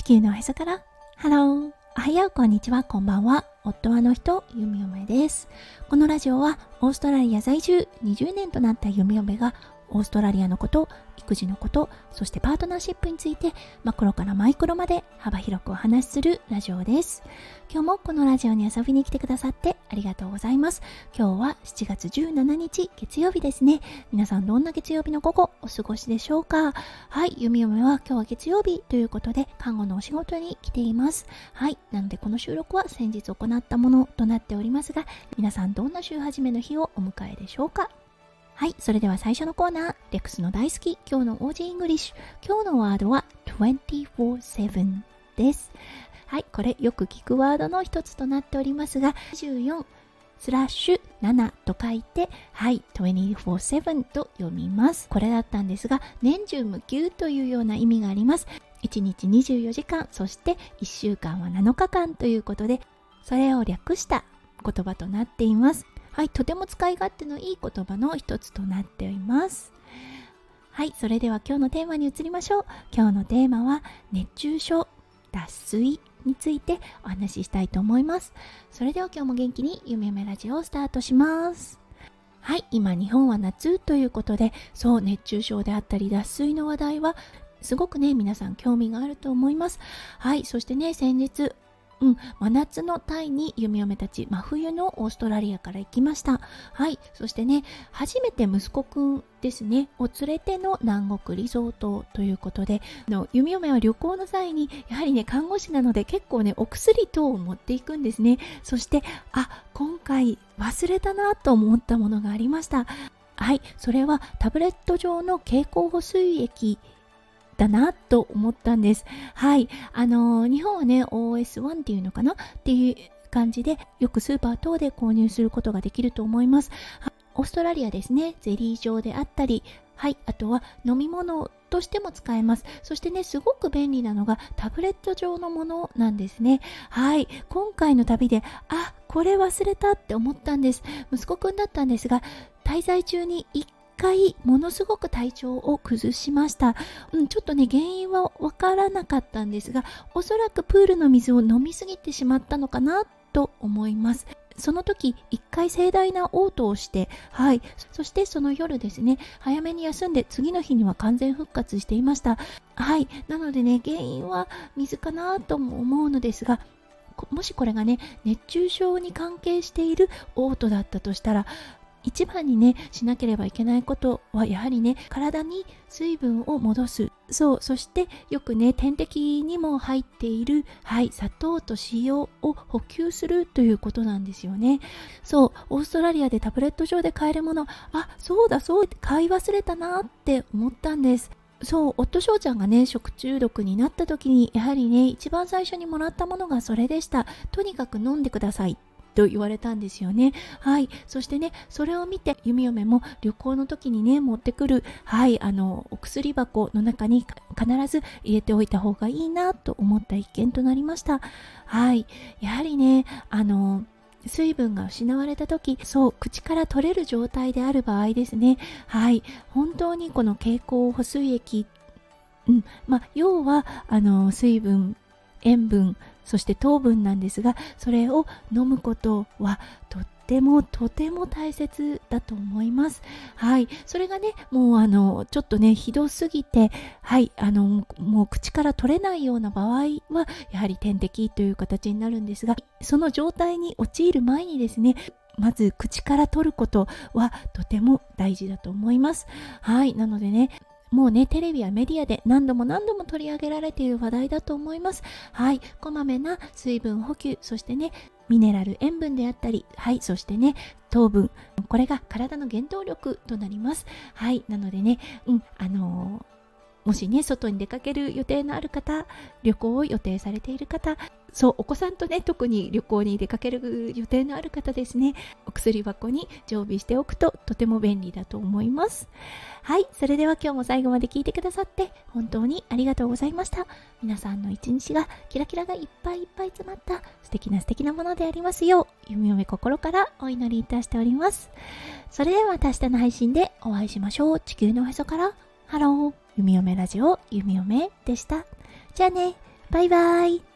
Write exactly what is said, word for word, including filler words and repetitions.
球のへそからハロー、おはよう、こんにちは、こんばんは。夫はあの人、ゆみおめです。このラジオはオーストラリア在住にじゅうねんとなったゆみおめがオーストラリアのこと、育児のこと、そしてパートナーシップについてマクロからマイクロまで幅広くお話しするラジオです。今日もこのラジオに遊びに来てくださってありがとうございます。今日はしちがつじゅうしちにち月曜日ですね。皆さんどんな月曜日の午後お過ごしでしょうか？はい、ゆみおめは今日は月曜日ということで看護のお仕事に来ています。はい、なのでこの収録は先日行ったものとなっておりますが、皆さんどんな週始めの日をお迎えでしょうか？はい、それでは最初のコーナー、レックスの大好き、今日の オージー イングリッシュ。今日のワードはにじゅうよじかんです。はい、これよく聞くワードの一つとなっておりますが、にじゅうよんスラッシュななと書いて、はい、にじゅうよじかんと読みます。これだったんですが、年中無休というような意味があります。いちにちにじゅうよじかん、そしていっしゅうかんはなのかかんということで、それを略した言葉となっています。はい、とても使い勝手のいい言葉の一つとなっています。はい、それでは今日のテーマに移りましょう。今日のテーマは熱中症、脱水についてお話ししたいと思います。それでは今日も元気にゆめゆめラジオをスタートします。はい、今日本は夏ということで、そう熱中症であったり脱水の話題はすごくね皆さん興味があると思います。はい、そしてね先日うん、真夏のタイにゆみおめたち真冬のオーストラリアから行きました。はい、そしてね初めて息子くんですねを連れての南国リゾートということで、のゆみおめは旅行の際にやはりね看護師なので結構ねお薬等を持っていくんですね。そしてあ今回忘れたなと思ったものがありました。はい、それはタブレット状の経口補水液だなと思ったんです。はい、あのー、日本はね オーエスワン っていうのかなっていう感じでよくスーパー等で購入することができると思います。オーストラリアですね、ゼリー状であったり、はい、あとは飲み物としても使えます。そしてねすごく便利なのがタブレット状のものなんですね。はい、今回の旅であこれ忘れたって思ったんです。息子くんだったんですが、滞在中にいっかいものすごく体調を崩しました。うん、ちょっとね原因はわからなかったんですが、おそらくプールの水を飲みすぎてしまったのかなと思います。その時いっかい盛大な嘔吐をして、はい、そしてその夜ですね早めに休んで次の日には完全復活していました。はい、なのでね原因は水かなとも思うのですが、もしこれがね熱中症に関係している嘔吐だったとしたら、一番にねしなければいけないことはやはりね体に水分を戻す。そう、そしてよくね点滴にも入っている、はい、砂糖と塩を補給するということなんですよね。そう、オーストラリアでタブレット上で買えるもの、あそうだそう買い忘れたなって思ったんです。そう、夫翔ちゃんがね食中毒になった時にやはりね一番最初にもらったものがそれでした。とにかく飲んでくださいと言われたんですよね。はい、そしてねそれを見てゆみおめも旅行の時にね持ってくる、はいあのお薬箱の中に必ず入れておいた方がいいなと思った一件となりました。はい、やはりねあの水分が失われた時、そう口から取れる状態である場合ですね、はい本当にこの経口補水液、うんまあ要はあの水分塩分そして糖分なんですが、それを飲むことはとってもとても大切だと思います。はい、それがねもうあのちょっとねひどすぎて、はいあのもう口から取れないような場合はやはり点滴という形になるんですが、その状態に陥る前にですねまず口から取ることはとても大事だと思います。はい、なのでねもうねテレビやメディアで何度も何度も取り上げられている話題だと思います。はい、こまめな水分補給、そしてねミネラル塩分であったり、はいそしてね糖分、これが体の原動力となります。はいなのでねうんあのーもしね外に出かける予定のある方、旅行を予定されている方、そうお子さんとね特に旅行に出かける予定のある方ですね、お薬箱に常備しておくととても便利だと思います。はい、それでは今日も最後まで聞いてくださって本当にありがとうございました。皆さんの一日がキラキラがいっぱいいっぱい詰まった素敵な素敵なものでありますよう、ゆみおめ心からお祈りいたしております。それではまた明日の配信でお会いしましょう。地球のおへそからハロー、ゆみおめラジオゆみおめでした。じゃあね、 バイバイ。